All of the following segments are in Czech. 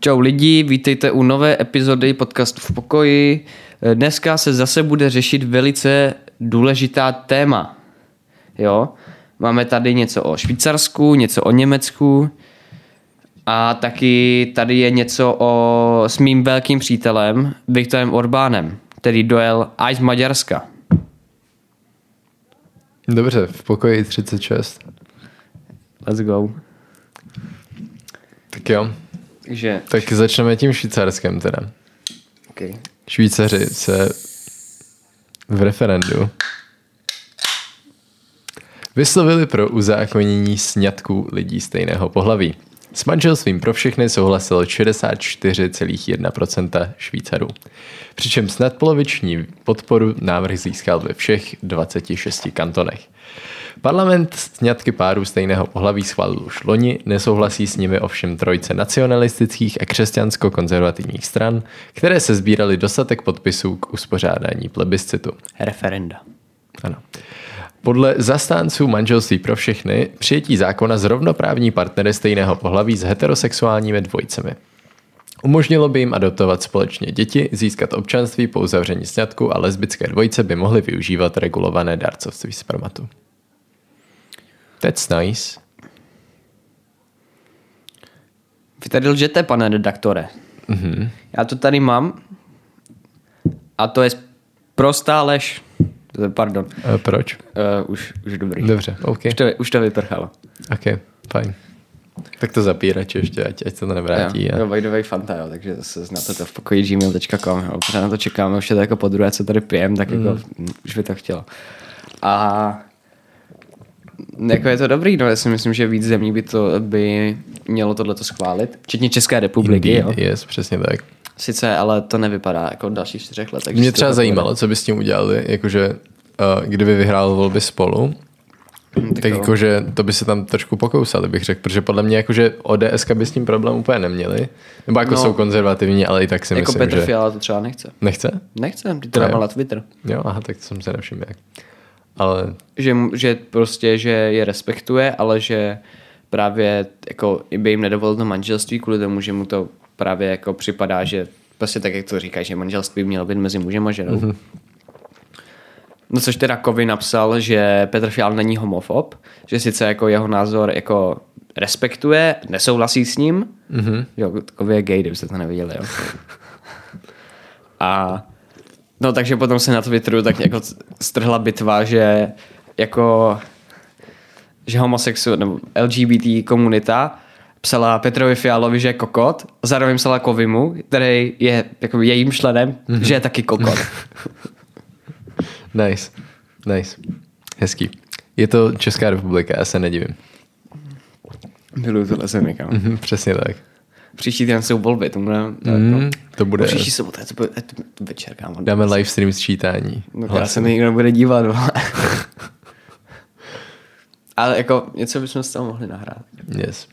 Čau lidi, vítejte u nové epizody podcastu V pokoji. Dneska se zase bude řešit velice důležitá téma. Jo? Máme tady něco o Švýcarsku, něco o Německu a taky tady je něco s mým velkým přítelem Viktorem Orbánem, který dojel až z Maďarska. Dobře, v pokoji 36. Let's go. Tak jo. Tak začneme tím Švýcarskem teda. Okay. Švýcaři se v referendu vyslovili pro uzákonění sňatků lidí stejného pohlaví. S manželstvím pro všechny souhlasilo 64,1% Švýcarů. Přičemž nadpoloviční podporu návrh získal ve všech 26 kantonech. Parlament sňatky párů stejného pohlaví schválil už loni, nesouhlasí s nimi ovšem trojce nacionalistických a křesťansko-konzervativních stran, které se sbíraly dostatek podpisů k uspořádání plebiscitu. Referenda. Ano. Podle zastánců manželství pro všechny přijetí zákona zrovnoprávní partnery stejného pohlaví s heterosexuálními dvojicemi. Umožnilo by jim adoptovat společně děti, získat občanství po uzavření sňatku a lesbické dvojice by mohly využívat regulované dárcovství spermatu. That's nice. Vy tady lžete, pane redaktore. Mm-hmm. Já to tady mám a to je prostá lež. Pardon. Proč? Už dobrý. Dobře, OK. Už to vyprchalo. OK, fajn. Tak to zapírač ještě, ať se to nevrátí. Jo, by the way Fanta, jo, takže zase znáte to v pokoji gmail.com, jo, protože na to čekáme, už je to jako po druhé, co tady pijem, tak jako už by to chtělo. A jako je to dobrý, no, já si myslím, že víc zemí by mělo tohleto schválit, včetně České republiky. Indeed, jo. Yes, přesně tak. Sice, ale to nevypadá jako dalších 4 let. Mě třeba zajímalo, co by s tím udělali, jakože kdyby vyhrál volby Spolu, tak jakože to by se tam trošku pokousali, bych řekl, protože podle mě jakože ODS by s tím problém úplně neměli, nebo jako jsou konzervativní, ale i tak si jako myslím, Petr Fiala to třeba nechce. Nechce? Nechce, ty to dával na Twitter. Jo, aha, tak to jsem se nevšiml jak. Ale... Že prostě, že je respektuje, ale že právě jako by jim nedovolil to manželství kvůli tomu, že mu to právě jako připadá, že prostě tak, jak to říká, že manželství mělo být mezi mužem a ženou. Mm-hmm. No což teda Kovy napsal, že Petr Fiala není homofob, že sice jako jeho názor jako respektuje, nesouhlasí s ním. Mm-hmm. Jo, Kovy je gay, kdybyste to neviděli, jo. A no takže potom se na Twitteru tak jako strhla bitva, že jako že nebo LGBT komunita psala Petrovi Fialovi, že je kokot, zároveň psala Kovimu, který je jako jejím členem, že je taky kokot. Nice. Hezký. Je to Česká republika, já se nedivím. Miluju tohle zemi, kam. Přesně tak. Příští týden jsou volby, to bude. Příští sobotu, to večer, kámo. Dáme live stream sčítání. No, já se nikdo nebude dívat, ale jako něco bychom z toho mohli nahrát. Yes.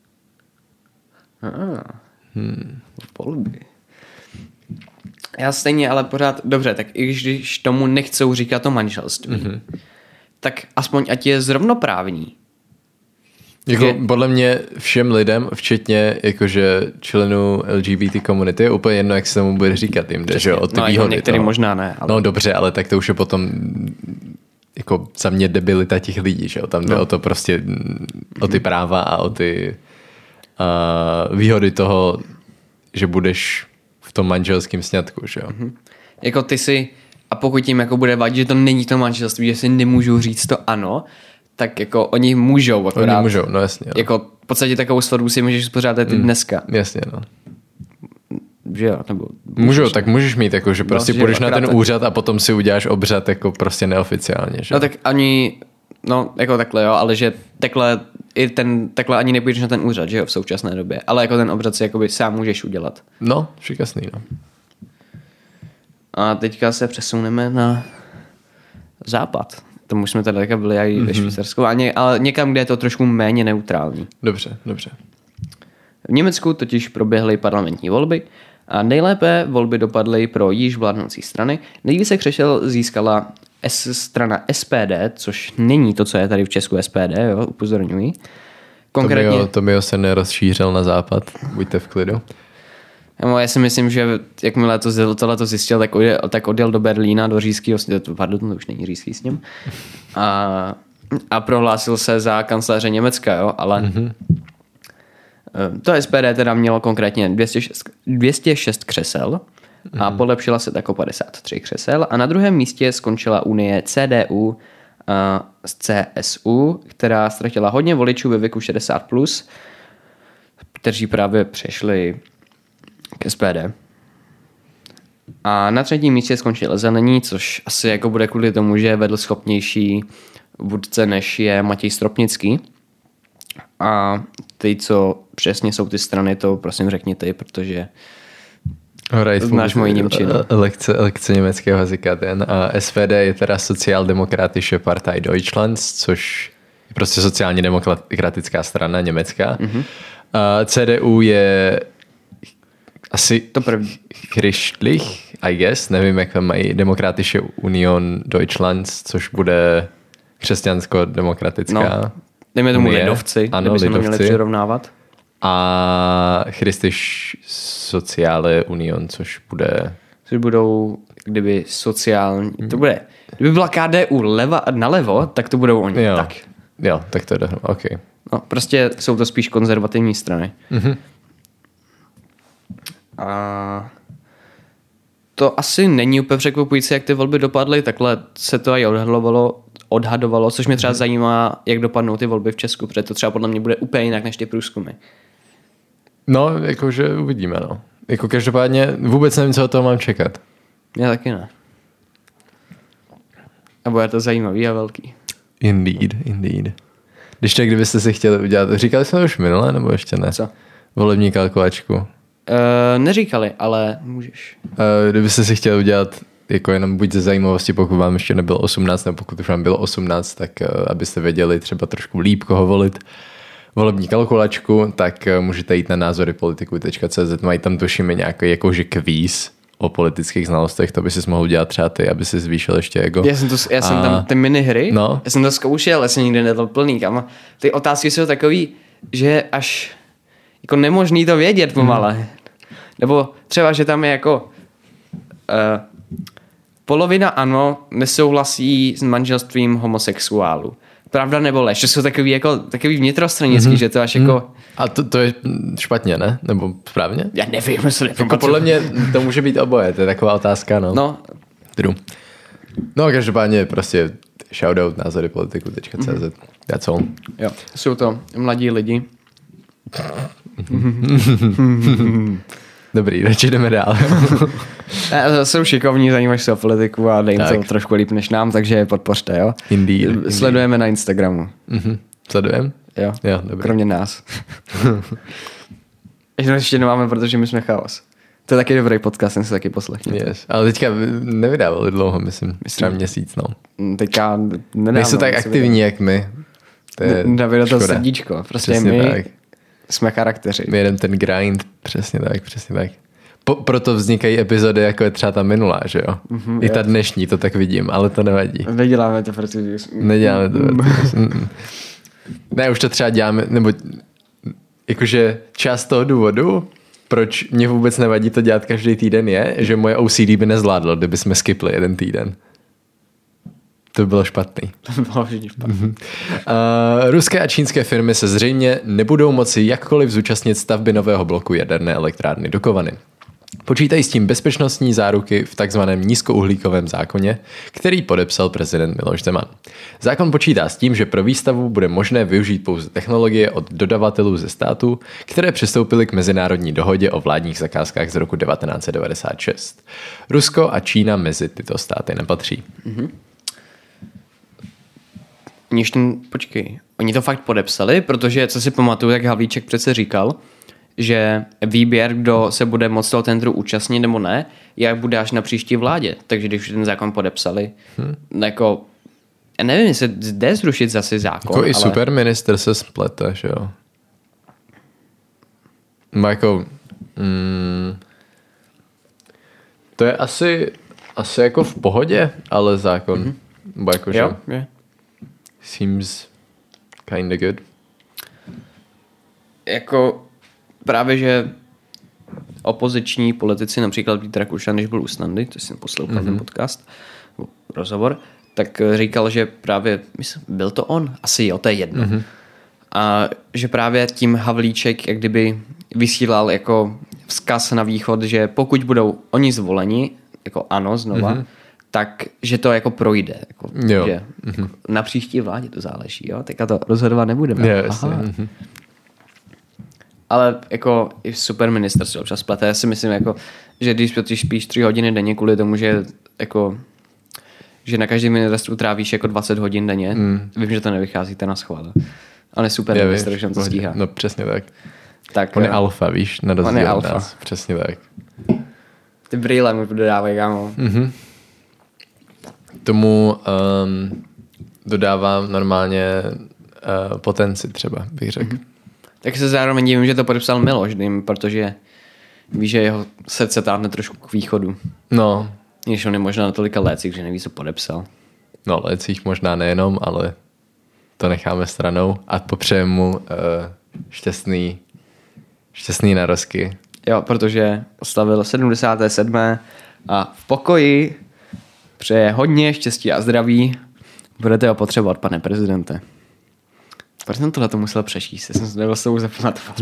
Volby. Já stejně, ale pořád, dobře, tak i když tomu nechcou říkat to manželství, tak aspoň ať je zrovnoprávní. Jako podle mě všem lidem, včetně jakože členů LGBT komunity, je úplně jedno, jak se tomu bude říkat jim, že jo, od ty výhody. Jako některý možná ne. Ale... No dobře, ale tak to už je potom jako za mě debilita těch lidí, že jo, tam jde o to prostě, o ty práva a o ty výhody toho, že budeš v tom manželském sňatku, že jo. Jako ty si, a pokud jim jako bude vadit, že to není to manželství, že si nemůžou říct to ano, tak jako oni můžou akorát. Oni můžou, no jasně. No. Jako v podstatě takovou svatbu si můžeš uspořádat i dneska. Jasně, no. Že jo, nebo... Můžou, tak můžeš mít, jako, že prostě půjdeš na ten úřad a potom si uděláš obřad jako prostě neoficiálně, že? No tak ani, no jako takhle jo, ale že takhle ani nepůjdeš na ten úřad, že jo, v současné době. Ale jako ten obřad si jakoby sám můžeš udělat. No, šikasný, no. A teďka se přesuneme na západ. Tomu jsme tady teďka byli i ve Švýcarsku, ale někam, kde je to trošku méně neutrální. Dobře. V Německu totiž proběhly parlamentní volby a nejlépe volby dopadly pro již vládnoucí strany. Nejvíce křesel získala strana SPD, což není to, co je tady v Česku SPD, jo, upozorňuji. Konkrétně... Tomio se nerozšířil na západ, buďte v klidu. Já si myslím, že jakmile tohle zjistil, tak odjel do Berlína, do říšského, pardon, to už není říšský sněm, a prohlásil se za kancléře Německa, jo, ale to SPD teda mělo konkrétně 206 křesel a polepšila se tak o 53 křesel a na druhém místě skončila unie CDU z CSU, která ztratila hodně voličů ve věku 60+, kteří právě přešli k SPD. A na třetím místě skončil Zelení, což asi jako bude kvůli tomu, že vedl schopnější vůdce, než je Matěj Stropnický. A ty, co přesně jsou ty strany, to prosím řekni ty, protože znáš moji němčinu. Lekce německého jazyka. SPD je teda Sozialdemokratische Partei Deutschlands, což je prostě sociálně demokratická strana německá. CDU je asi to první. Christlich, I guess, nevím, jak tam mají Demokratische Union Deutschlands, což bude křesťansko-demokratická. No, dejme tomu lidovci, ano, kdyby jsme měli přirovnávat. A Christlich Soziale Union, což budou, kdyby sociální, to bude, kdyby byla KDU nalevo, tak to budou oni. Jo, tak to je dohromady, ok. No, prostě jsou to spíš konzervativní strany. A to asi není úplně překvapující, jak ty volby dopadly, takhle se to i odhadovalo, což mě třeba zajímá, jak dopadnou ty volby v Česku, protože to třeba podle mě bude úplně jinak než ty průzkumy. No, jakože uvidíme, no. Jako každopádně vůbec nevím, co od toho mám čekat. Já taky ne. A bude to zajímavý a velký. Indeed. Když tak, kdybyste si chtěli udělat, říkali jsme to už minule, nebo ještě ne? Co? Volební kalkulačku. Neříkali, ale můžeš. Kdybyste si chtěli udělat jako jenom buď ze zajímavosti, pokud vám ještě nebylo 18, nebo pokud už vám bylo 18, tak abyste věděli třeba trošku líp, koho volit, volební kalkulačku, tak můžete jít na názorypolitiku.cz, mají tam tuším nějaký jakože kvíz o politických znalostech, to by si mohl udělat třeba ty, aby si zvýšil ještě ego. Já jsem tam ty minihry, no. Já jsem to zkoušel, já jsem nikdy nedal plný, kam. Ty otázky jsou takový, že až jako nemožný to vědět pomale. Nebo třeba, že tam je jako polovina ano, nesouhlasí s manželstvím homosexuálů. Pravda nebo lež, že jsou takový vnitrostranický, že to až jako... A to je špatně, ne? Nebo správně? Já nevím, jestli jako podle mě to může být oboje, to je taková otázka, no. No, každopádně prostě shoutout názorypolitiku.cz. That's all. Jo, jsou to mladí lidi. Dobrý, radši jdeme dál. Jsou šikovní, zajímají se o politiku a dej jim to trošku líp než nám, takže je podpořte, jo? Indeed. Sledujeme na Instagramu. Sledujeme? Jo, dobrý. Kromě nás. Ještě nemáme, protože my jsme chaos. To je taky dobrý podcast, ten se taky poslechněte. Yes. Ale teďka nevydávali dlouho, myslím. Třeba měsíc, no. Teďka nedávno. Nejsou tak aktivní, jak my. David to srdíčko. Prostě přesně my tak. Jsme charakteři. My jedeme ten grind, přesně tak. Proto vznikají epizody, jako je třeba ta minulá, že jo? I ta dnešní, to tak vidím, ale to nevadí. Neděláme to, protože... Neděláme to. Ne, už to třeba děláme, nebo jakože část toho důvodu, proč mě vůbec nevadí to dělat každý týden je, že moje OCD by nezvládlo, kdyby jsme skipli jeden týden. To by bylo špatný. To by bylo vždy špatný. Ruské a čínské firmy se zřejmě nebudou moci jakkoliv zúčastnit stavby nového bloku jaderné elektrárny Dukovany. Počítají s tím bezpečnostní záruky v takzvaném nízkouhlíkovém zákoně, který podepsal prezident Miloš Zeman. Zákon počítá s tím, že pro výstavu bude možné využít pouze technologie od dodavatelů ze států, které přistoupily k mezinárodní dohodě o vládních zakázkách z roku 1996. Rusko a Čína mezi tyto státy nepatří. Počkej, oni to fakt podepsali, protože, co si pamatuju, tak Havlíček přece říkal, že výběr, kdo se bude moct toho tendru účastnit nebo ne, jak bude až na příští vládě. Takže když ten zákon podepsali, jako, já nevím, jestli jde zrušit zase zákon. Jako ale... i superminister se splete, že jo? Jako, to je asi jako v pohodě, ale zákon. Jako, že... Jo, je. Seems kinda good. Jako právě, že opoziční politici, například Vít Rakušan, když byl u Snandy, to jsem poslouchal ten podcast, rozhovor, tak říkal, že právě, byl to on? Asi jo, to je jedno. A že právě tím Havlíček jak kdyby vysílal jako vzkaz na východ, že pokud budou oni zvoleni, jako ano znova, tak že to jako projde. Jako, že jako na příští vládě to záleží, jo? Teďka to rozhodovat nebudeme. Ale jako i super ministr si občas plete. Já si myslím, jako, že když spíš 3 hodiny denně kvůli tomu, že jako že na každém ministerstvu trávíš jako 20 hodin denně. Vím, že to nevycházíte na schvál. Ale super ministr, že on to stíhá. No přesně tak. On je alfa, víš, na rozdíl od nás. Přesně tak. Ty brýle mu dodávají, kámo. Tomu dodávám normálně potenci třeba, bych řekl. Tak se zároveň divím, že to podepsal Miloš, protože ví, že jeho srdce táhne trošku k východu. No. Když on je možná na tolika lécích, že neví, co podepsal. No, lécích možná nejenom, ale to necháme stranou a popřejeme mu šťastný narozky. Jo, protože oslavil 77. a v pokoji přeje hodně štěstí a zdraví. Budete ho potřebovat, pane prezidente. Proč jsem tohle to musel přečíst? Já jsem se nebyl s tou zapamatovat.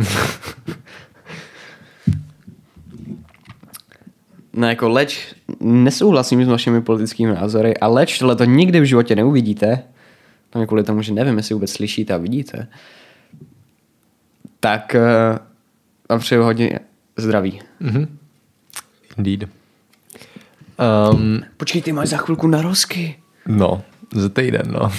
No jako leč, nesouhlasím s vašimi politickými názory a leč tohle to nikdy v životě neuvidíte, no kvůli tomu, že nevím, jestli vůbec slyšíte a vidíte, tak vám přeju hodně zdraví. Indeed. Počkej, ty máš za chvilku narozky. No, za týden, no.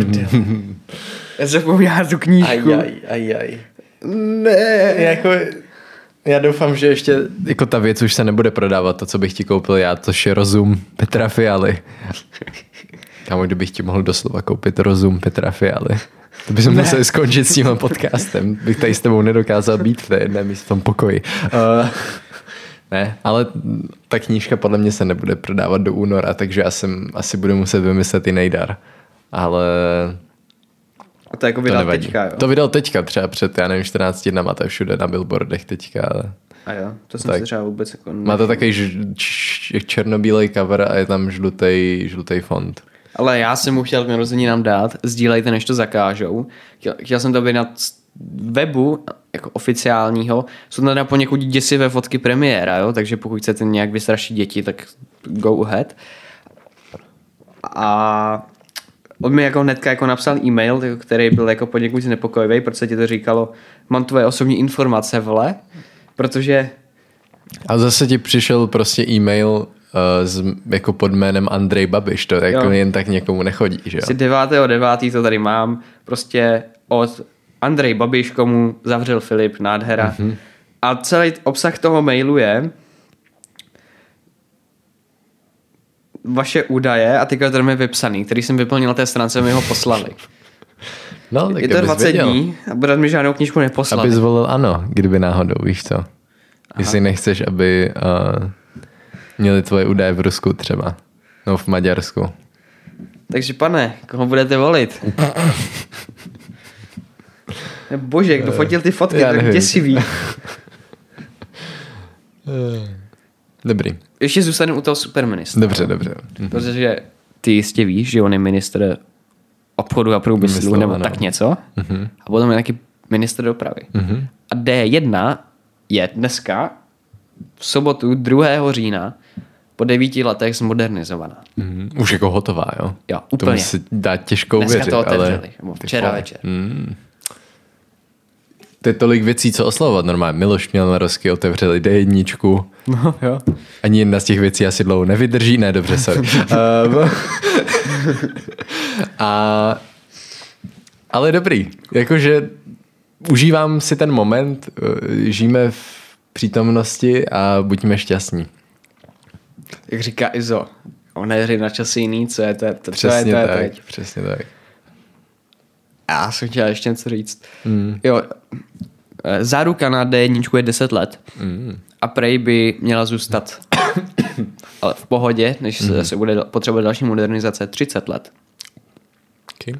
Já se vzpomínám tu knížku. Ajaj. Ne, jako... Já doufám, že ještě jako ta věc už se nebude prodávat, to, co bych ti koupil já, což je Rozum Petra Fialy. Kámo, kdybych ti mohl doslova koupit Rozum Petra Fialy, to bychom museli skončit s tímhle podcastem. Bych tady s tebou nedokázal být v té jedné místě v tom pokoji. Ne, ale ta knížka podle mě se nebude prodávat do února, takže já asi budu muset vymyslet jiný dar. Ale... A to jako vydal teďka, jo? To vydal teďka, třeba před, 14 dnama, to je všude na billboardech teďka. Ale... A jo, to jsem si třeba vůbec jako... Má to takový černobílej cover a je tam žlutej font. Ale já jsem mu chtěl k narozeninám dát, sdílejte, než to zakážou. Chtěl jsem to být na webu jako oficiálního. Jsou tam poněkud děsivé fotky premiéra, jo? Takže pokud chcete nějak vystrašit děti, tak go ahead. A on mi jako hnedka jako napsal e-mail, který byl jako poněkud znepokojivý, protože ti to říkalo, mám tvoje osobní informace, vole, protože... A zase ti přišel prostě e-mail jako pod jménem Andrej Babiš, to jako jen tak někomu nechodí, že jo? 9.9. to tady mám, prostě od Andrej Babiš, komu zavřel Filip, nádhera. A celý obsah toho mailu je vaše údaje a teďka tady je vypsaný, který jsem vyplnil na té stránce, mi ho poslali. No, tak je to 20 dní a bude mi žádnou knížku neposlali. Aby zvolil ano, kdyby náhodou, víš co? Jestli nechceš, aby měli tvoje údaje v Rusku třeba. No v Maďarsku. Takže pane, koho budete volit? Bože, kdo fotil ty fotky, tak děsivý. Dobrý. Ještě zůstaneme u toho superministra. Dobře. Protože ty jistě víš, že on je ministr obchodu a průmyslu nebo tak něco. A potom je taky ministr dopravy. A D1 je dneska v sobotu 2. října po 9 letech zmodernizovaná. Už jako hotová, jo? Jo, úplně. To se dá těžko dneska věřit. To otevřeli, ale... včera večer. To je tolik věcí, co oslavovat normálně. Miloš měl narozky, otevřeli D1. No, jo. Ani jedna z těch věcí asi dlouho nevydrží. Ne, dobře, sorry. Ale dobrý. Jakože užívám si ten moment, žijeme v přítomnosti a buďme šťastní. Jak říká Izo, nehry na časy jiný, co je to Přesně je tak, teď. přesně tak. Já jsem chtěl ještě něco říct. Jo, záruka na D1 je 10 let a prej by měla zůstat ale v pohodě, než se bude potřebovat další modernizace 30 let. Okay.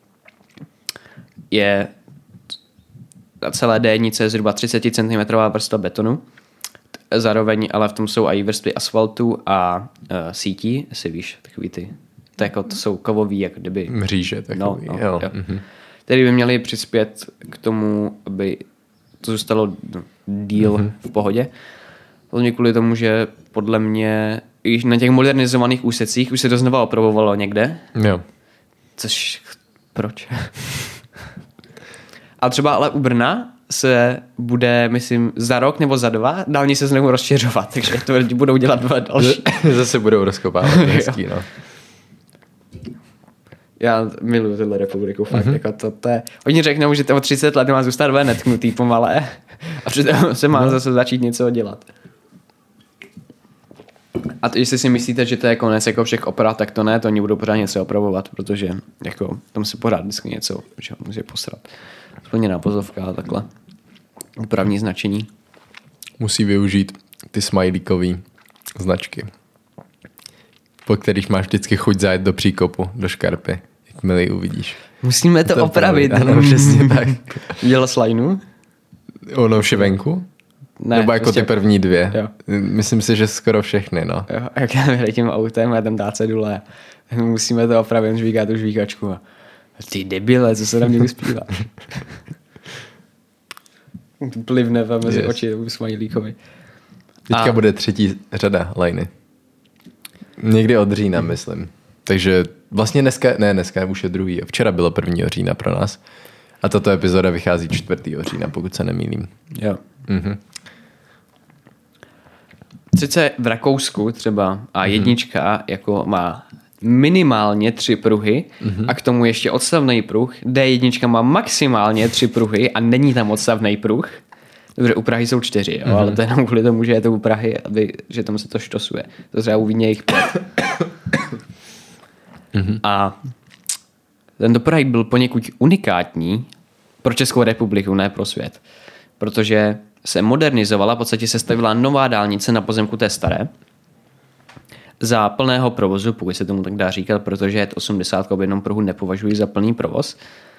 Je na celé D1 je zhruba 30 cm vrstva betonu zároveň, ale v tom jsou i vrstvy asfaltu a sítí, jestli víš, takový ty. To, jako, to jsou kovový, jak kdyby... Mříže takový, jo. Mm-hmm. Tedy by měli přispět k tomu, aby to zůstalo díl v pohodě. Hlavně kvůli tomu, že podle mě i na těch modernizovaných úsecích už se to znova opravovalo někde. Jo. Což... Proč? A třeba ale u Brna se bude, myslím, za rok nebo za 2 dálnice se znovu rozšiřovat, takže to budou dělat 2 další. Zase budou rozkopávat, hezký, no. Já miluji tuhle republiku, fakt, jako to je... Oni řeknou, že to o 30 let má zůstat netknutý pomalé a přitom se má zase začít něco dělat. A to, jestli si myslíte, že to je konec jako všech oprav, tak to ne, to oni budou pořád něco opravovat, protože jako tam se pořád vždycky něco že musí posrat. Splněná pozovka a takhle. Opravní značení. Musí využít ty smajlíkový značky, po kterých máš vždycky chuť zajet do příkopu, do škarpy, jakmile ji uvidíš. Musíme to opravit. Ano, přesně tak. Viděla slajnu? Ono vše venku? Ne, nebo jako prostě... ty první 2. Jo. Myslím si, že skoro všechny, no. Jo, jak já jdu tím autem a tam dá cedule. Musíme to opravit, žvíká tu žvíkačku. A ty debile, co se na mě vyspívá. Plivne tam mezi oči, smajlíkovi. Teďka bude 3. řada lajny. Někdy od října, myslím. Takže vlastně dneska už je 2. Včera bylo 1. října pro nás. A tato epizoda vychází 4. října, pokud se nemýlím. Jo. Sice v Rakousku třeba A1 jako má minimálně 3 pruhy a k tomu ještě odstavný pruh. D1 má maximálně 3 pruhy a není tam odstavný pruh. Dobře, u Prahy jsou 4, jo, ale to je jenom kvůli tomu, že je to u Prahy, že tam se to štosuje. To třeba u Vídně jich 5. A tento projekt byl poněkud unikátní pro Českou republiku, ne pro svět. Protože se modernizovala, v podstatě se stavila nová dálnice na pozemku té staré za plného provozu, pokud se tomu tak dá říkat, protože 80 v jednom pruhu nepovažují za plný provoz.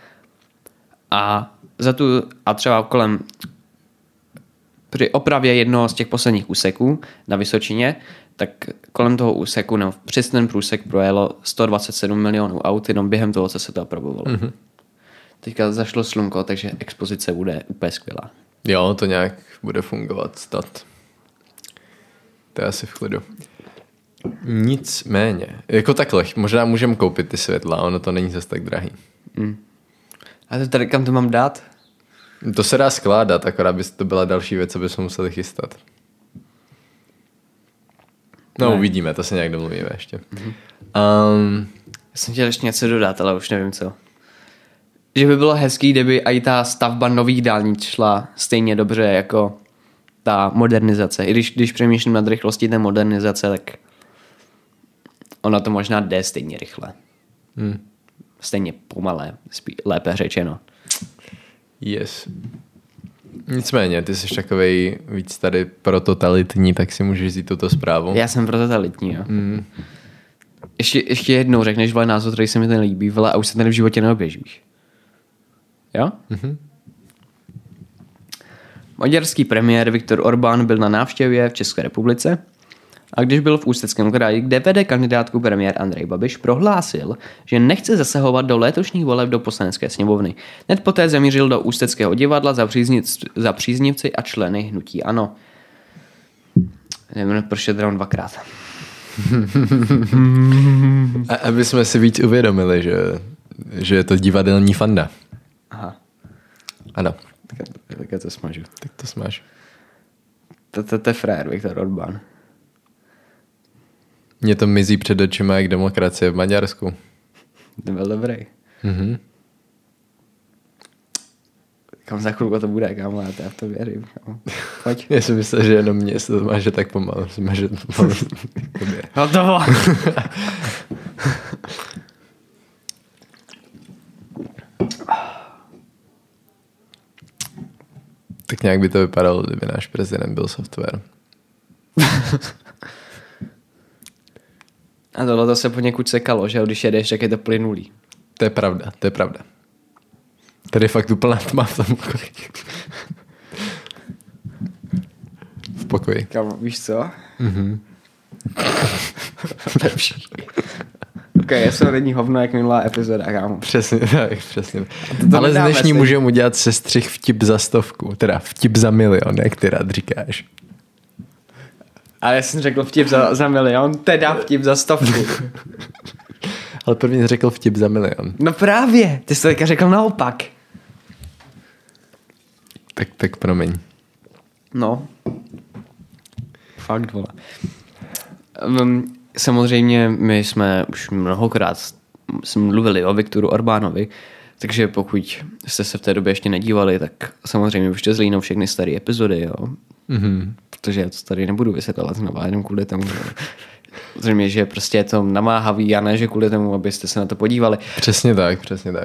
A třeba kolem při opravě jednoho z těch posledních úseků na Vysočině, tak kolem toho úseku, přes ten průsek projelo 127 milionů aut jenom během toho, co se to opravovalo. Teďka zašlo slunko, takže expozice bude úplně skvělá. Jo, to nějak bude fungovat snad. To je asi v klidu. Nicméně, jako takhle, možná můžeme koupit ty světla, ono to není zase tak drahý. A to tady kam to mám dát? To se dá skládat, akorát by to byla další věc, co bychom museli chystat. No ne. Uvidíme, to se nějak domluvíme ještě. Já jsem chtěl ještě něco dodat, ale už nevím co. Že by bylo hezký, kdyby i ta stavba nových dálnic šla stejně dobře jako ta modernizace. I když přemýšlím nad rychlostí té modernizace, tak ona to možná jde stejně rychle. Stejně pomalé, lépe řečeno. Yes. Nicméně, ty jsi takovej víc tady prototalitní, tak si můžeš vzít tuto zprávu. Já jsem prototalitní, jo. Ještě jednou řekneš, vole, názor, který se mi ten líbí, vole, a už se tady v životě neobježíš. Jo? Maďarský premiér Viktor Orbán byl na návštěvě v České republice a když byl v Ústeckém kraji, kde vede kandidátku premiér Andrej Babiš, prohlásil, že nechce zasahovat do letošních voleb do Poslanecké sněmovny. Hned poté zamířil do Ústeckého divadla za příznivci a členy hnutí ANO. Nevím, proč je dron 2krát. A aby jsme si víc uvědomili, že je to divadelní fanda. Aha. Ano. Tak já to smažu. Tak to smaž. To je frér, Viktor Orbán. Mně to mizí před očima jak demokracie v Maďarsku. To byl dobrý. Kam za chvilku to bude, kámo, já v to věřím. Kámo. Pojď. Já jsem myslel, že jenom mě se to smaže tak pomalu. Hotovo. Tak nějak by to vypadalo, kdyby náš prezident byl software. A tohle se poněkud sekalo, že když jedeš, tak je to plynulý. To je pravda. Tady je fakt úplná tma v tom. pokoji. Kámo, víš co? Lepší. Ok, jestli není hovno, jak minulá epizoda, kámo. Přesně tak, přesně. To Ale z nedáme dnešní si. můžeme udělat sestřih vtip za 100, teda vtip za milion, jak ty rád říkáš. Ale já jsem řekl vtip za milion, teda vtip za 100. Ale první jsi řekl vtip za milion. No právě, ty jsi to teďka řekl naopak. Tak promiň. No. Fakt, vole. Samozřejmě my jsme už mnohokrát mluvili o Viktoru Orbánovi, takže pokud jste se v té době ještě nedívali, tak samozřejmě už jste zlínou všechny staré epizody, jo. Protože já to tady nebudu vysvětlovat znova, jenom kvůli tomu. Zřejmě, že prostě je to namáhavý a ne, že kvůli tomu, abyste se na to podívali. Přesně tak.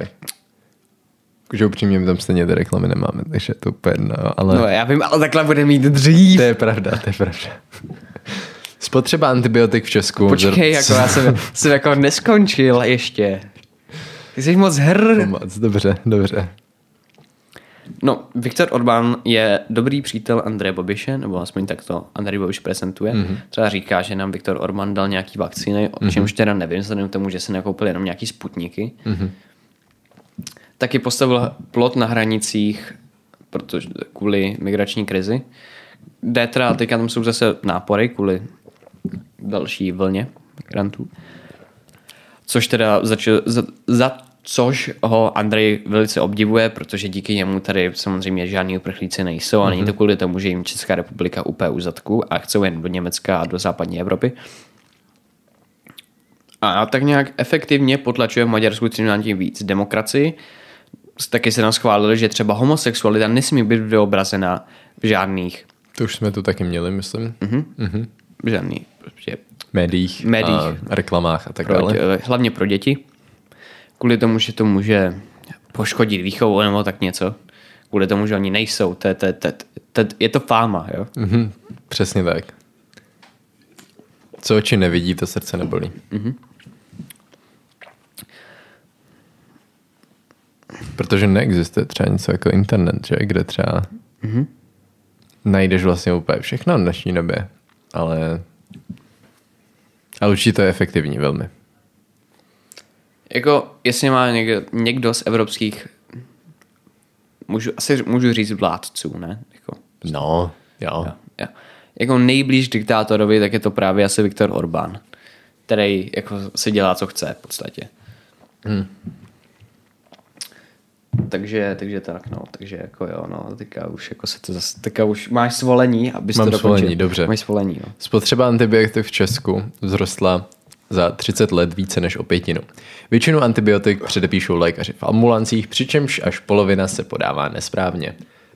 Že upřímně my tam stejně ty reklamy nemáme, takže to úplně jedno, ale... No já vím, ale takhle bude mít dřív. To je pravda. Spotřeba antibiotik v Česku... Počkej, jako já jsem jako neskončil ještě. Ty jsi moc Moc, dobře. No, Viktor Orbán je dobrý přítel Andreje Babiše, nebo aspoň tak to Andrej Babiš prezentuje. Třeba říká, že nám Viktor Orbán dal nějaký vakcíny, o čemž teda nevím, vzhledem k tomu, že se nakoupil jenom nějaký Sputniky. Taky postavil plot na hranicích, protože kvůli migrační krizi. Kde teda teďka tam jsou zase nápory kvůli další vlně migrantů. Což teda za což ho Andrej velice obdivuje, protože díky němu tady samozřejmě žádní uprchlíci nejsou a není to kvůli tomu, že jim Česká republika úplně u zadku a chcou jen do Německa a do západní Evropy. A tak nějak efektivně potlačuje v Maďarsku tím víc demokracii. Taky se nám schválili, že třeba homosexualita nesmí být vyobrazena v žádných... To už jsme tu taky měli, myslím. V žádných prostě médiích. A reklamách a tak dále. Hlavně pro děti. Kvůli tomu, že to může poškodit výchovu nebo tak něco. Kvůli tomu, že oni nejsou. Je to fáma, jo? Přesně tak. Co oči nevidí, to srdce nebolí. Protože neexistuje třeba něco jako internet, že? Kde třeba najdeš vlastně úplně všechno v dnešní době. Ale určitě to je efektivní velmi. Jako, jestli má někdo z evropských, můžu říct vládců, ne? Jako, no, jo. Jako nejblíž diktátorovi, tak je to právě asi Viktor Orbán, který jako si dělá, co chce v podstatě. Takže tak, no. Takže jako jo, no. Teďka už máš svolení, abys to dokončil. Mám svolení, dobře. Máš svolení, no. Spotřeba antibiotik v Česku vzrostla za 30 let více než o 1/5. Většinu antibiotik předepíšou lékaři v ambulancích, přičemž až polovina se podává nesprávně.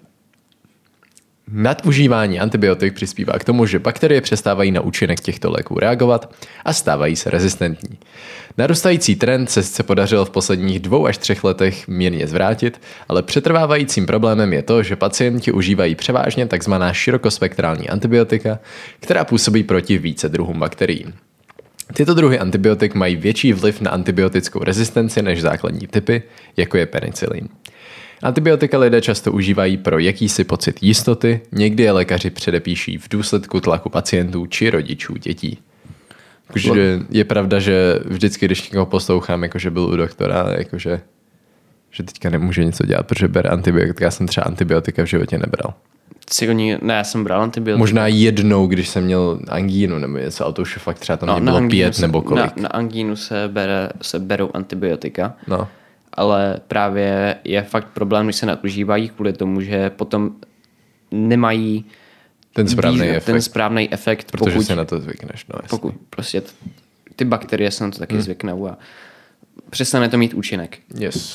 Nadužívání antibiotik přispívá k tomu, že bakterie přestávají na účinek těchto léků reagovat a stávají se rezistentní. Narůstající trend se podařilo v posledních 2 až 3 letech mírně zvrátit, ale přetrvávajícím problémem je to, že pacienti užívají převážně tzv. Širokospektrální antibiotika, která působí proti více druhům bakterií. Tyto druhy antibiotik mají větší vliv na antibiotickou rezistenci než základní typy, jako je penicilin. Antibiotika lidé často užívají pro jakýsi pocit jistoty, někdy je lékaři předepíší v důsledku tlaku pacientů či rodičů dětí. Takže je pravda, že vždycky, když někoho poslouchám, jakože byl u doktora, jakože že teďka nemůže něco dělat, protože bere antibiotika. Já jsem třeba antibiotika v životě nebral. Ne, já jsem bral antibiotika. Možná jednou, když jsem měl angínu nebo něco, ale to už fakt třeba tam nebylo 5 nebo kolik. Na angínu se berou antibiotika. No. Ale právě je fakt problém, když se nadužívají kvůli tomu, že potom nemají ten správný efekt. Protože pokud se na to zvykneš. No, pokud prostě ty bakterie se na to taky zvyknou a přestane to mít účinek. Yes.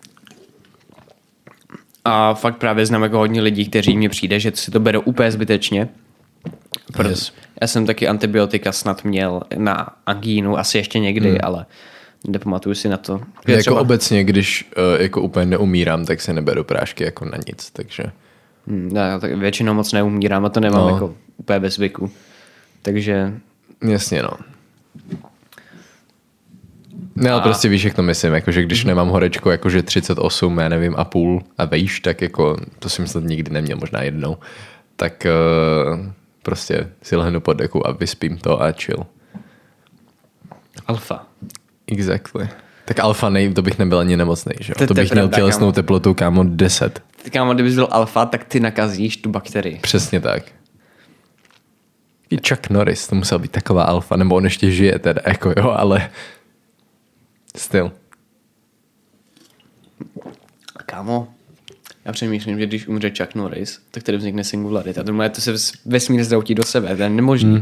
A fakt právě znám jako hodně lidí, kteří mně přijde, že si to berou úplně zbytečně. Yes. Já jsem taky antibiotika snad měl na angínu, asi ještě někdy, ale nepamatuju si na to. Jako třeba... obecně, když jako úplně neumírám, tak se neberu prášky jako na nic, takže... Já tak většinou moc neumírám a to nemám jako úplně bez zvyku. Takže... Jasně, no. Ne, ale prostě víš, jak to myslím, jakože když nemám horečku jakože 38, já nevím, a půl a vejš, tak jako to jsem snad nikdy neměl, možná jednou, tak prostě si lehnu pod deku a vyspím to a chill. Alfa. Exactly. Tak alfa to bych nebyl ani nemocnej, že jo? To bych měl pravda, tělesnou teplotu, kámo, 10. Ty kámo, kdybys byl alfa, tak ty nakazíš tu bakterii. Přesně tak. I Chuck Norris, to musel být taková alfa, nebo on ještě žije teda, jako jo, ale still. Kámo, já přemýšlím, že když umře Chuck Norris, tak tady vznikne singularita. To se vesmír zdoutí do sebe, to je nemožný.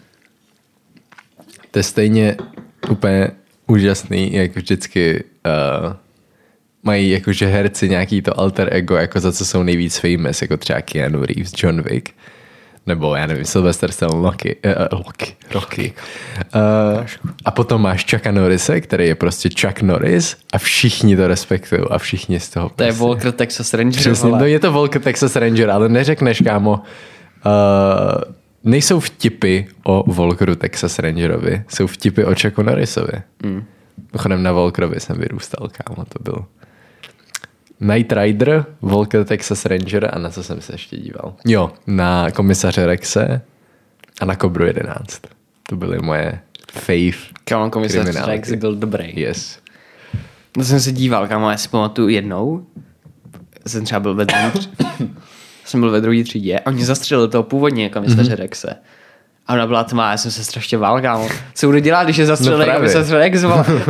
To je stejně úplně úžasný, jak vždycky mají jakože herci nějaký to alter ego, jako za co jsou nejvíc famous, jako třeba Keanu Reeves, John Wick, nebo já nevím, Sylvester Stallone, Rocky. A potom máš Chucka Norrise, který je prostě Chuck Norris a všichni to respektují a všichni z toho. To je Walker Texas Ranger. Přesně, no je to Walker Texas Ranger, ale neřekneš, kámo, nejsou vtipy o Walkeru Texas Rangerovi, jsou vtipy o Chucku Norrisovi. Chodem na Walkerovi jsem vyrůstal, kámo, to byl Knight Rider, Walker Texas Ranger a na co jsem se ještě díval? Jo, na Komisaře Rexe a na Kobru 11. To byly moje fave. Kámo, Komisař Rex byl dobrý. Yes. No jsem se díval, kámo, já si pamatuju jednou, jsem třeba byl ve druhé třídě a oni zastřelili toho původně Komisaře Rexe. A ona byla tmá, já jsem se strašně bál, kámo. Co budu dělat, když je zastřelili Komisař Rex?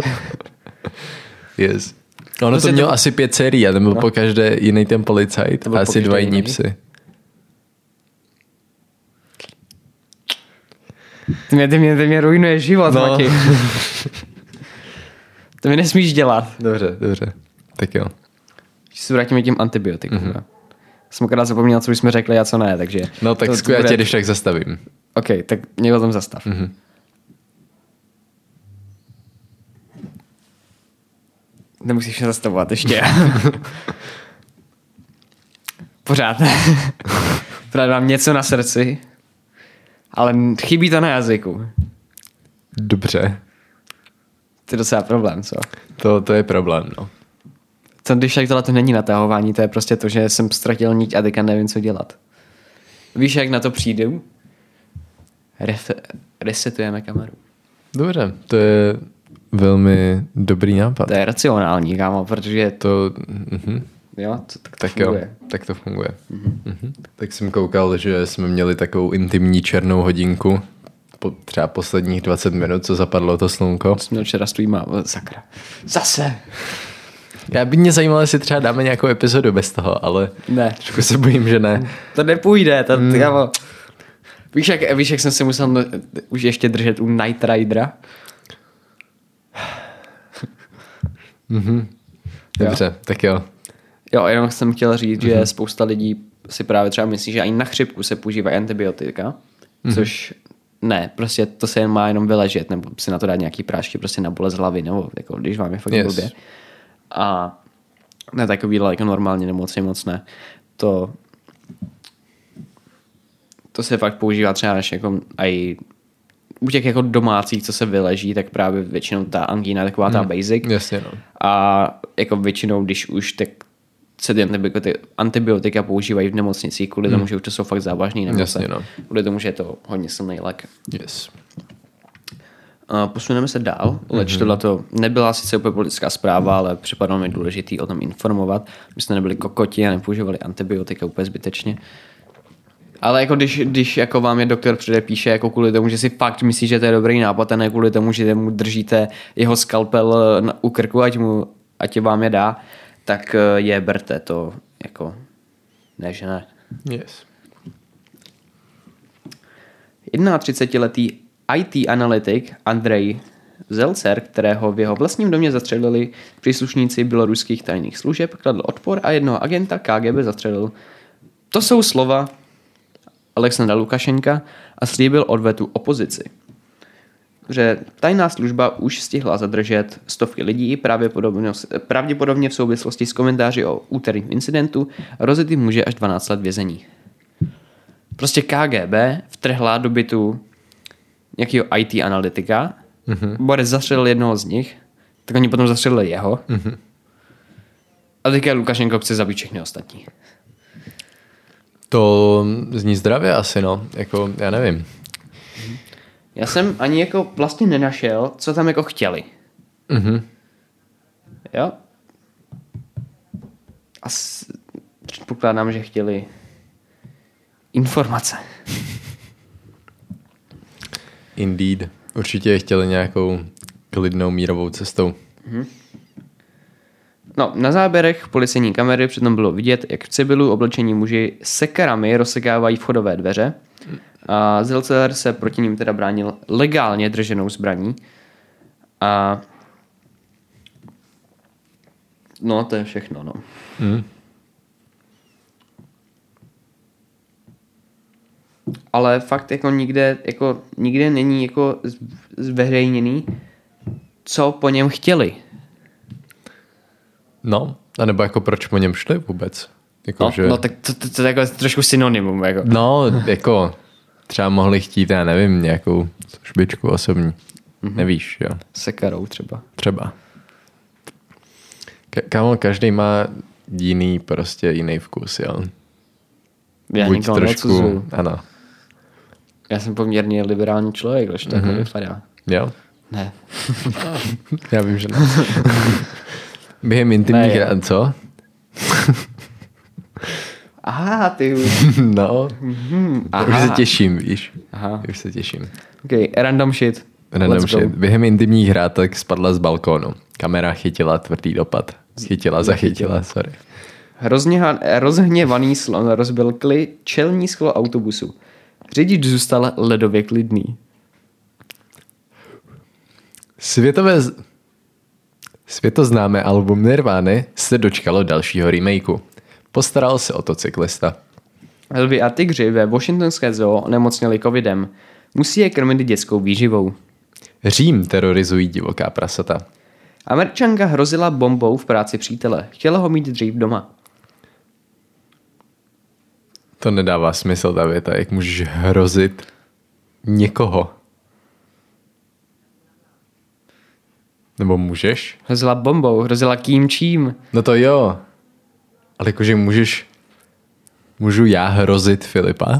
Yes. Ono to mělo asi 5 sérií a tam byl po každé jiný ten policajt a asi 2 jiní psy. Ty mě ruinuje život, no. Mati. To mi nesmíš dělat. Dobře. Tak jo. Když se vrátíme tím antibiotikům. Jsem akorát zapomněl, co už jsme řekli a co ne, takže... No tak já tě když tak zastavím. OK, tak mě o tom zastav. Nemusíš mě zastavovat ještě. Pořád. Pořád mám něco na srdci, ale chybí to na jazyku. Dobře. To je docela problém, co? To je problém, no. Co když tak tohle to není natahování, to je prostě to, že jsem ztratil niť a teďka nevím, co dělat. Víš, jak na to přijdu? Resetujeme kameru. Dobře, to je velmi dobrý nápad. To je racionální, kámo, protože to... Jo, tak funguje. Jo, tak to funguje. Tak jsem koukal, že jsme měli takovou intimní černou hodinku, třeba posledních 20 minut, co zapadlo to slunko. Jsem měl včera svůj sakra. Zase! Já by mě zajímalo, jestli třeba dáme nějakou epizodu bez toho, ale ne. trošku se bojím, že ne. To nepůjde, kámo. Víš, jak jsem se musel už ještě držet u Knight Ridera? Dobře, tak jo. Jo, jenom jsem chtěl říct, že spousta lidí si právě třeba myslí, že ani na chřipku se používají antibiotika, což ne, prostě to se má jenom vyležet, nebo si na to dát nějaký prášky prostě na bolest hlavy, nebo jako, když vám je fakt blbě. A ne takovýhle jako normálně nemoci moc ne. To se fakt používá třeba než jako aj u těch jako domácích, co se vyleží, tak právě většinou ta angína je taková ta basic. Jasně, no. A jako většinou, když už tak se ty antibiotika používají v nemocnicích kvůli tomu, že už to jsou fakt závažný nemoce. Jasně, no. Kvůli tomu, že je to hodně silný lék. Yes. Posuneme se dál, leč tohleto nebyla sice úplně politická zpráva, ale připadalo mi důležitý o tom informovat. My jsme nebyli kokoti a nepoužívali antibiotika úplně zbytečně. Ale jako když jako vám je doktor předepíše jako kvůli tomu, že si fakt myslí, že to je dobrý nápad a ne kvůli tomu, že mu držíte jeho skalpel u krku, ať vám je dá, tak je berte to jako ne, že ne. Yes. 31letý IT analytik Andrej Zelcer, kterého v jeho vlastním domě zastřelili příslušníci běloruských tajných služeb, kladl odpor a jednoho agenta KGB zastřelil. To jsou slova Alexandra Lukašenka a slíbil odvetu opozici. Že tajná služba už stihla zadržet stovky lidí pravděpodobně v souvislosti s komentáři o úterním incidentu a rozjetý může až 12 let vězení. Prostě KGB vtrhla do bytu nějakého IT analytika, Boris zastřelil jednoho z nich, tak oni potom zastřelili jeho a teďka Lukašenko chce zabít všechny ostatní. To zní zdravě asi, no. Jako, já nevím. Já jsem ani jako vlastně nenašel, co tam jako chtěli. Mhm. Jo? A předpokládám, že chtěli informace. Indeed. Určitě chtěli nějakou klidnou mírovou cestou. No, na záběrech policejní kamery přitom bylo vidět, jak v civilu oblečení muži sekerami rozsekávají vchodové dveře a Zelceler se proti ním teda bránil legálně drženou zbraní. A no, to je všechno, no. Ale fakt jako nikde není jako zveřejněný, co po něm chtěli. No, anebo jako proč po něm šli vůbec? Jako, No, že... no tak to je jako trošku synonymum. Jako. No, jako třeba mohli chtít, já nevím, nějakou službičku osobní. Nevíš, jo. Sekarou třeba. Třeba. Kámo, každý má jiný vkus, jo. Já Buď nikoho trošku, neodsuzuju. ano. Já jsem poměrně liberální člověk, když to jako vypadá. Jo? Ne. Já vím, že ne. Během intimních rán, co? Aha, ty. No, už se těším, víš. Aha. Už se těším. Okay, random shit. Random Let's go. shit. Během intimních hrátek spadla z balkónu. Kamera chytila tvrdý dopad. Zachytila, sorry. Rozhněvaný slon rozbil čelní sklo autobusu. Řidič zůstal ledově klidný. Světoznámé album Nirvány se dočkalo dalšího remakeu. Postaral se o to cyklista. Lvy a tygři ve washingtonské zoo onemocněli covidem. Musí je krmit dětskou výživou. Řím terorizují divoká prasata. Američanka hrozila bombou v práci přítele. Chtěla ho mít dřív doma. To nedává smysl, ta věta, jak můžeš hrozit někoho. Nebo můžeš? Hrozila bombou, hrozila kým čím. No to jo. Ale jakože můžu já hrozit Filipa?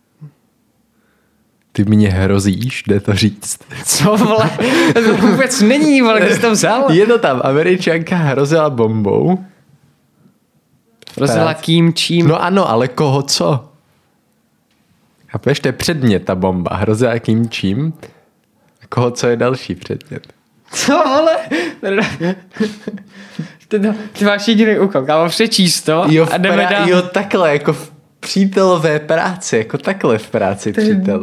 Ty mě hrozíš, jde to říct. Co, vole? To vůbec není, vole, kde jsi to vzal? Je to tam, Američanka hrozila bombou. Hrozila kým čím. No ano, ale koho co? Chápeš, to je předmět, ta bomba. Hrozila kým čím? A koho co je další předmět? Co, vole? Ty máš jediný úkol, kámo, přečíst to a jdeme dál. Jo, takhle, jako v přítelové práci, jako takhle v práci přítele.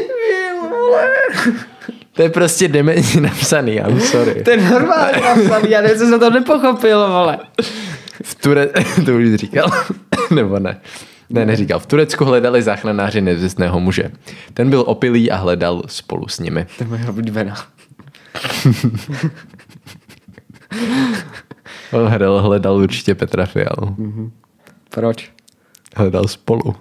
To je prostě dementně napsaný, I'm sorry. To je normálně napsaný, já nevím, co jsem to nepochopil, vole. To už říkal? Nebo ne? Ne, neříkal. V Turecku hledali záchranáři nezvěstného muže. Ten byl opilý a hledal spolu s nimi. To je moje oblíbená. On hledal určitě Petra Fialu. Proč? Hledal spolu.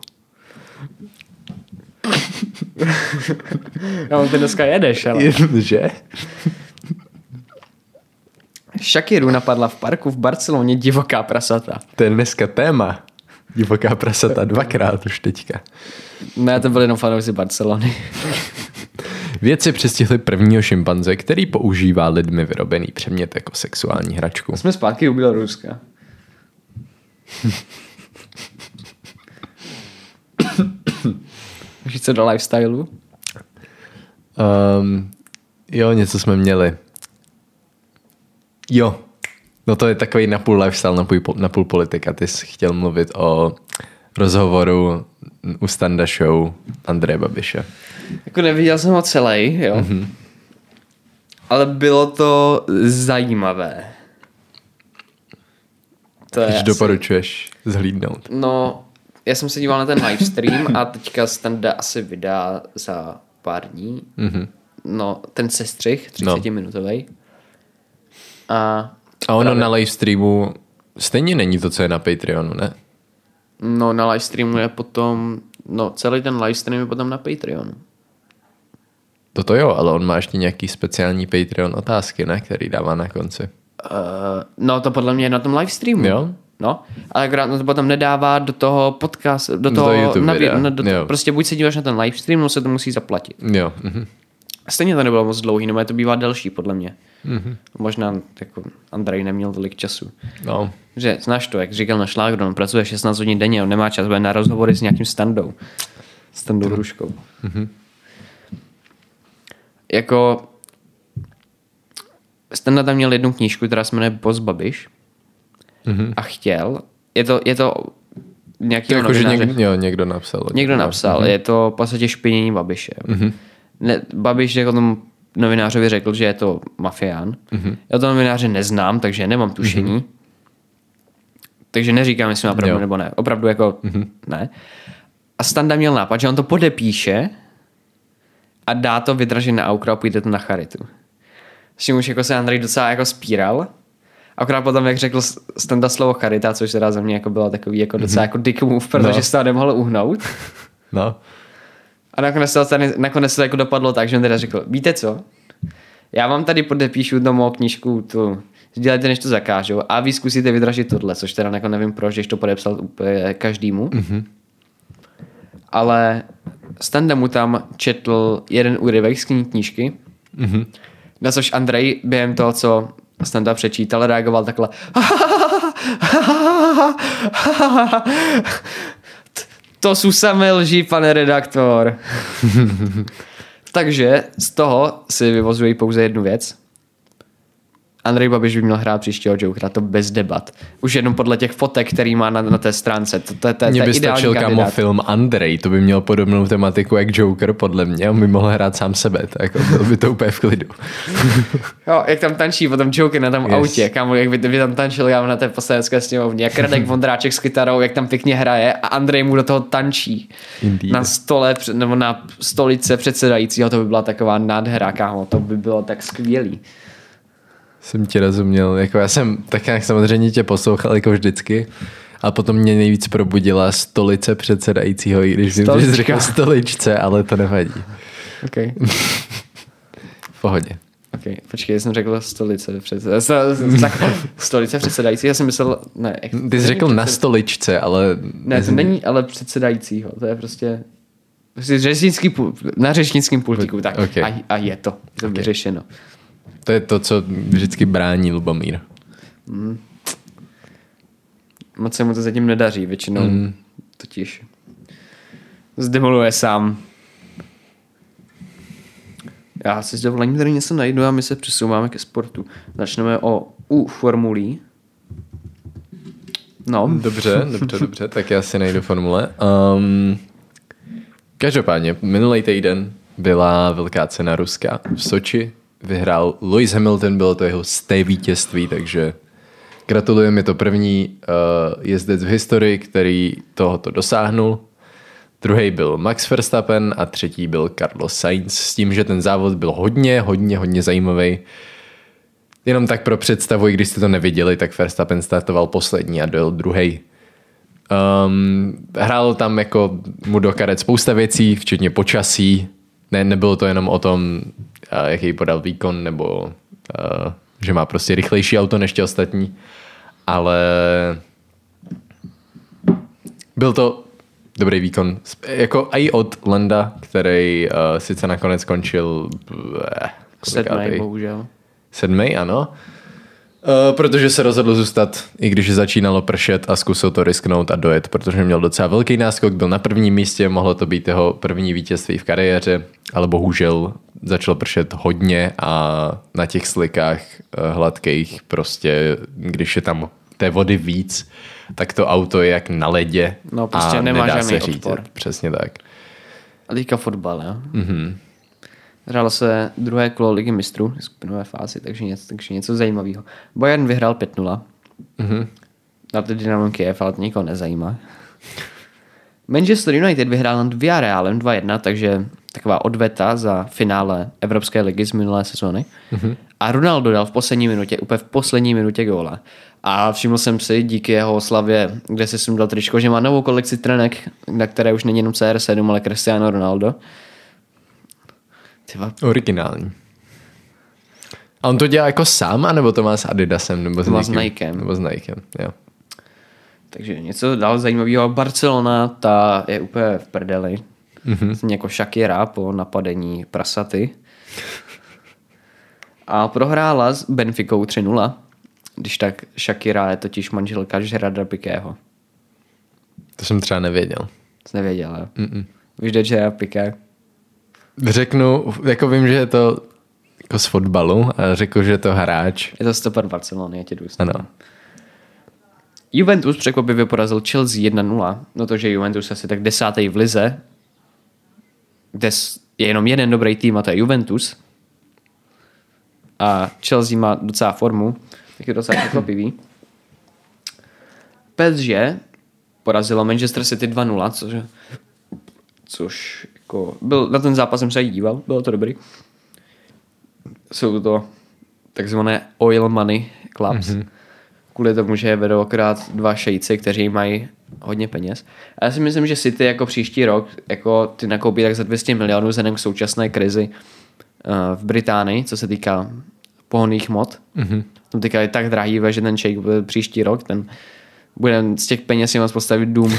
No, ty dneska jedeš, ale. Že? Shakiru napadla v parku v Barceloně divoká prasata. To je dneska téma. Divoká prasata dvakrát už teďka. Ne, to byly jenom fanoušci Barcelony. Vědci přestihli prvního šimpanze, který používá lidmi vyrobený předmět jako sexuální hračku. Jsme zpátky u Běloruska. Máš co do lifestylu? Jo, něco jsme měli. Jo. No to je takový napůl lifestyle, napůl politika. Ty jsi chtěl mluvit o rozhovoru u Standa Show Andreje Babiše. Jako neviděl jsem ho celý, jo. Mm-hmm. Ale bylo to zajímavé. To je asi... doporučuješ zhlídnout. No, já jsem se díval na ten livestream a teďka Standa asi vydá za pár dní. Mm-hmm. No, ten sestřih, 30-minutovej. A ono právě... na livestreamu stejně není to, co je na Patreonu, ne? No, na livestreamu je potom... No, celý ten livestream je potom na Patreonu. To jo, ale on má ještě nějaký speciální Patreon otázky, ne? Který dává na konci. No, to podle mě je na tom livestreamu. Jo? No, ale akorát to potom nedává do toho podcastu, do toho YouTube prostě buď se díváš na ten livestream, nebo se to musí zaplatit. Jo. Stejně to nebylo moc dlouhý, nebo to bývá delší, podle mě. Možná jako Andrej neměl tolik času. No. Že znáš to, jak říkal na Šlágru, on pracuje 16 hodin denně, on nemá čas, bude na rozhovory s nějakým Standou Hruškou. Jako Standa tam měl jednu knížku, která se jmenuje Boss Babiš a chtěl, je to nějaký jako, že někdo napsal. Někdo napsal, je to v podstatě špinění Babiše. Ne, Babiš jako tomu novinářovi řekl, že je to mafián. Já to novináře neznám, takže nemám tušení. Takže neříkám, jestli má pravdu nebo ne. Opravdu jako ne. A Standa měl nápad, že on to podepíše a dá to vydražit na aukro a půjde to na charitu. S čím už jako se Andrej docela jako spíral. Akorát potom, jak řekl Standa slovo charita, což teda za mě jako bylo takový jako docela jako dick move, protože se to nemohl uhnout. No. A nakonec to jako dopadlo tak, že on teda řekl, víte co? Já vám tady podepíšu do mou knížku tu, dělejte, než to zakážou a vy zkusíte vydražit tohle, což teda jako nevím proč, když to podepsal úplně každému. Ale Standa mu tam četl jeden úryvek z knížky, na což Andrej během toho, co Standa přečítal, reagoval takhle to jsou samé lži, pane redaktor. Takže z toho si vyvozují pouze jednu věc. Andrej Babiš by měl hrát příštího Jokera, to bez debat. Už jenom podle těch fotek, který má na té stránce. To Mně je by stačil kamo film Andrej, to by měl podobnou tematiku jak Joker, podle mě. On by mohl hrát sám sebe, tak byl by to úplně v klidu. Jo, jak tam tančí potom Joker na tom autě, kámo, jak by tam tančil kámo na té poslanecké sněmovně, jak Radek Vondráček s kytarou, jak tam pěkně hraje a Andrej mu do toho tančí. Indeed. Na stole, nebo na stolice předsedajícího, to by byla taková nádhera, kámo, to by bylo tak skvělý. Jsem ti rozuměl, jako já jsem tak nějak samozřejmě tě poslouchal jako vždycky a potom mě nejvíc probudila stolice předsedajícího, i když vím, že jsi řekl stoličce, ale to nevadí. Okay. V pohodě. Okay. Počkej, jsem řekl stolice předsedající, já jsem myslel, ne. Ty jsi řekl na stoličce, ale... Ne, to není ale předsedajícího, to je prostě na řečnickém pultíku, tak okay. a je to vyřešeno. To je to, co vždycky brání Lubomír. Moc se mu to zatím nedaří, většinou totiž zdemoluje sám. Já si s dovolením tady něco najdu a my se přesouváme ke sportu. Začneme u formulí. No. Dobře, tak já si najdu formule. Každopádně, minulý týden byla velká cena Ruska v Soči. Vyhrál Lewis Hamilton, bylo to jeho 100. vítězství, takže gratulujeme, je to první jezdec v historii, který tohoto dosáhnul. Druhý byl Max Verstappen a třetí byl Carlos Sainz, s tím, že ten závod byl hodně zajímavý. Jenom tak pro představu, i když jste to neviděli, tak Verstappen startoval poslední a dojel druhý. Hrálo tam jako mu do karet spousta věcí, včetně počasí. Nebylo to jenom o tom, jaký podal výkon, nebo že má prostě rychlejší auto než ti ostatní, ale byl to dobrý výkon. Jako i od Landa, který sice nakonec skončil 7. bohužel. 7. ano. Protože se rozhodl zůstat, i když začínalo pršet a zkusil to risknout a dojet, protože měl docela velký náskok, byl na prvním místě, mohlo to být jeho první vítězství v kariéře, ale bohužel začalo pršet hodně a na těch slikách hladkých prostě, když je tam té vody víc, tak to auto je jak na ledě no, prostě a nemá nedá žádný se řídit. odpor. Přesně tak. A teďka fotbal, jo? Hrálo se druhé kolo Ligy mistrů v skupinové fázi, takže něco zajímavého. Bayern vyhrál 5-0. Na to Dynamo Kyjev, ale to nikoho nezajímá. Manchester United vyhrál nad Villarrealem 2-1, takže taková odveta za finále Evropské ligy z minulé sezóny. A Ronaldo dal v poslední minutě góla. A všiml jsem si díky jeho oslavě, kde se sundal tričko, že má novou kolekci trenek, na které už není jenom CR7, ale Cristiano Ronaldo. Originální. A on to dělá jako sám, anebo to má s Adidasem? Nebo to má s Nikem. Nebo s Nikem, jo. Takže něco dál zajímavého. Barcelona, ta je úplně v prdeli. Jako Shakira po napadení prasaty. A prohrála s Benficou 3-0. Když tak Shakira je totiž manželka Gerarda Piquého. To jsem třeba nevěděl. Jsi nevěděl, jo? Víš, kde je Gerard Piqué? Řeknu, jako vím, že je to jako z fotbalu, a řekl, že je to hráč. Je to stoper Barcelony, já tě jdu. Ano. Juventus překvapivě porazil Chelsea 1-0. No to, že Juventus asi tak 10. v lize, kde je jenom jeden dobrý tým a to je Juventus. A Chelsea má docela formu, tak je docela překvapivý. PSG porazilo Manchester City 2-0, což jako byl, na ten zápas jsem se díval, bylo to dobrý. Jsou to takzvané oil money clubs. Kvůli tomu, že je vedou akorát dva šejci, kteří mají hodně peněz. A já si myslím, že City jako příští rok jako ty nakoupí tak za 200 milionů vzhledem k současné krizi v Británii, co se týká pohonných hmot. Tam teďka je tak drahý, že ten šejk bude příští rok, ten bude z těch peněz si moc postavit dům.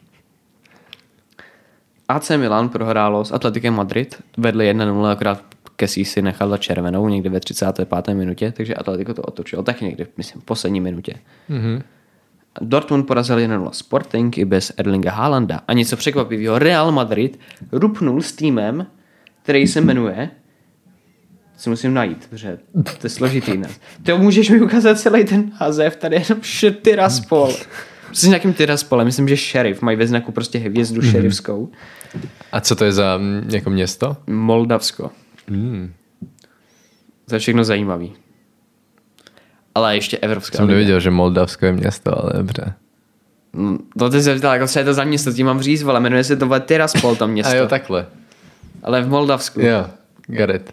AC Milan prohrálo s Atletikem Madrid, vedli 1-0, akorát Kessie si nechal červenou někdy ve 35. minutě, takže Atletico to otočilo tak někdy, myslím, v poslední minutě. Dortmund porazil 1-0 Sporting i bez Erlinga Haalanda. A něco překvapivého, Real Madrid rupnul s týmem, který se jmenuje, co musím najít, protože to je složitý. Ne? To můžeš mi ukázat celý ten název, tady je jenom Tiraspol. S nějakým Tiraspolem, myslím, že šerif, mají ve znaku prostě hvězdu šerifskou. A co to je za jako město? Moldavsko. To je všechno zajímavý. Ale ještě Evropská Jsem liga. nevěděl, že Moldavsko je město, ale dobře. No ty se ptal, jako co je to za město, tím mám říct, ale jmenuje se to Tiraspol, to město. A jo, takhle. Ale v Moldavsku. Jo, got it.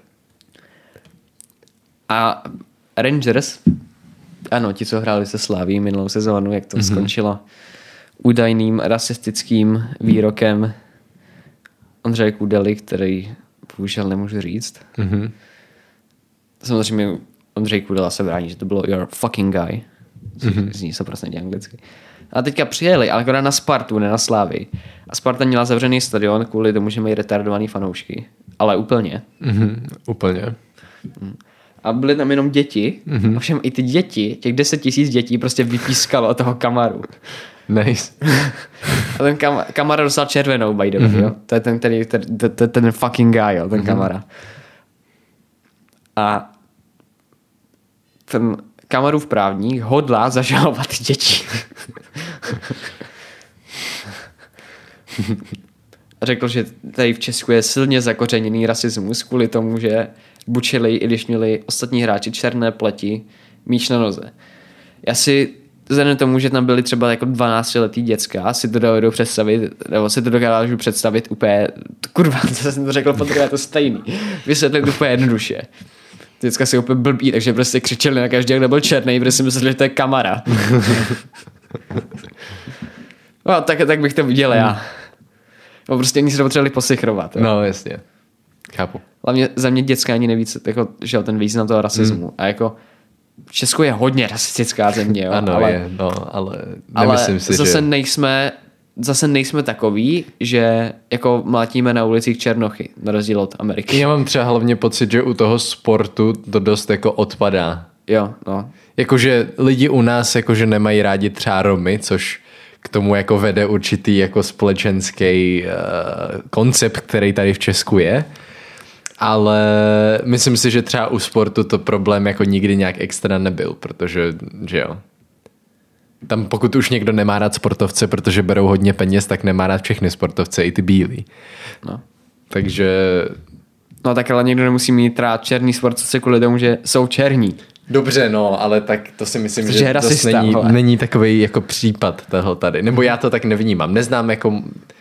A Rangers, ano, ti, co hráli se Slaví minulou sezónu, jak to skončilo údajným rasistickým výrokem Ondřeje Kudely, který bohužel nemůžu říct. Samozřejmě Ondřej Kudela se brání, že to bylo your fucking guy. Zní se prostě anglicky. A teďka přijeli, ale akorát na Spartu, ne na Slávy. A Sparta měla zavřený stadion kvůli tomu, že mají retardovaný fanoušky. Ale úplně. Úplně. A byly tam jenom děti. Ovšem i ty děti, těch 10 000 dětí prostě vypískalo toho Kamaru. Nice. A ten Kamara dostal červenou, by the way, jo. To je ten, který, ten fucking guy, jo, ten Kamara. A ten Kamarův právník hodlá zažalovat děti. A řekl, že tady v Česku je silně zakořeněný rasismus kvůli tomu, že bučili, i když měli ostatní hráči černé pleti, míč na noze. Já si vzhledem tomu, že tam byli třeba jako 12letý děcka, si to dovedu představit, nebo si to dokážu představit úplně, kurva, co jsem to řekl, podruhé, je to stejný. Vysvětlit úplně jednoduše. Děcka si úplně blbí, takže prostě křičeli na každého, kdo byl černý, protože si mysleli, že to je Kamara. No, tak bych to viděl já. No, prostě oni si to potřebovali posichrovat. Jo. No, jasně. Chápu. Hlavně za mě děcka ani nevíc, jako, že ten význam toho rasismu. A jako v Česku je hodně rasistická země, jo. Ano, ale, je, no, ale nemyslím si, zase že... Zase nejsme takový, že jako mlátíme na ulicích černochy, na rozdíl od Ameriky. Já mám třeba hlavně pocit, že u toho sportu to dost jako odpadá. Jo, no. Jakože lidi u nás jakože nemají rádi třeba Romy, což k tomu jako vede určitý jako společenský koncept, který tady v Česku je. Ale myslím si, že třeba u sportu to problém jako nikdy nějak extra nebyl, protože, že jo. Tam pokud už někdo nemá rád sportovce, protože berou hodně peněz, tak nemá rád všechny sportovce, i ty bílí. No. Takže... No tak ale někdo nemusí mít rád černý sportovce kvůli tomu, že jsou černí. Dobře, no, ale tak to si myslím, protože že rasista, není takový jako případ toho tady. Nebo já to tak nevnímám. Neznám jako...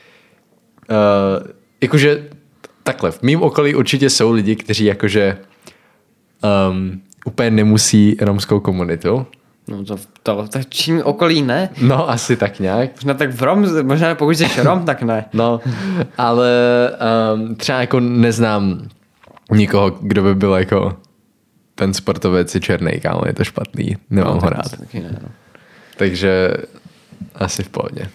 jakože takhle, v mým okolí určitě jsou lidi, kteří jakože úplně nemusí romskou komunitu. No to čím okolí ne? No, asi tak nějak. Možná pokud jsi Rom, tak ne. No, ale třeba jako neznám nikoho, kdo by byl jako ten sportovec je černý, kámo, je to špatný, nemám ho rád. Taky ne, no. Takže Asi v pohodě.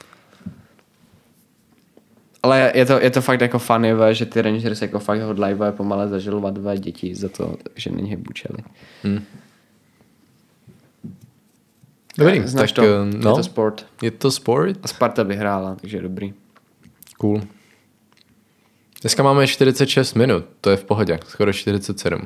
Ale je to fakt jako funny, že ty Rangers jako fakt hodlají pomale zažalovat 2 děti za to, že není bučeli. Dobrý, znáš tak to? no, Je to sport. Je to sport? A Sparta vyhrála, takže je dobrý. Cool. Dneska máme 46 minut, to je v pohodě, skoro 47.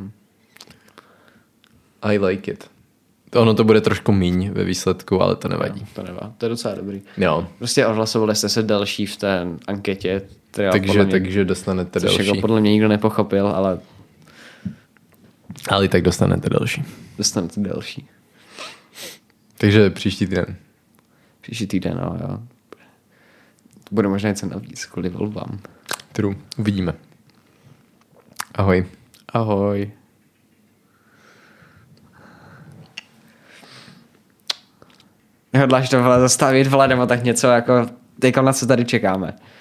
I like it. Ono to bude trošku míň ve výsledku, ale to nevadí. Jo, to nevá, to je docela dobrý. Jo. Prostě odhlasovali jste se další v té anketě. Takže dostanete další. Jako podle mě nikdo nepochopil, ale i tak dostanete další. dostanete další. Takže příští týden. Příští týden, no jo. To bude možná něco navíc kvůli volbám. True. Uvidíme. Ahoj. Ahoj. Hodláš to zastavit, vole, nebo tak něco jako, teďka na co tady čekáme.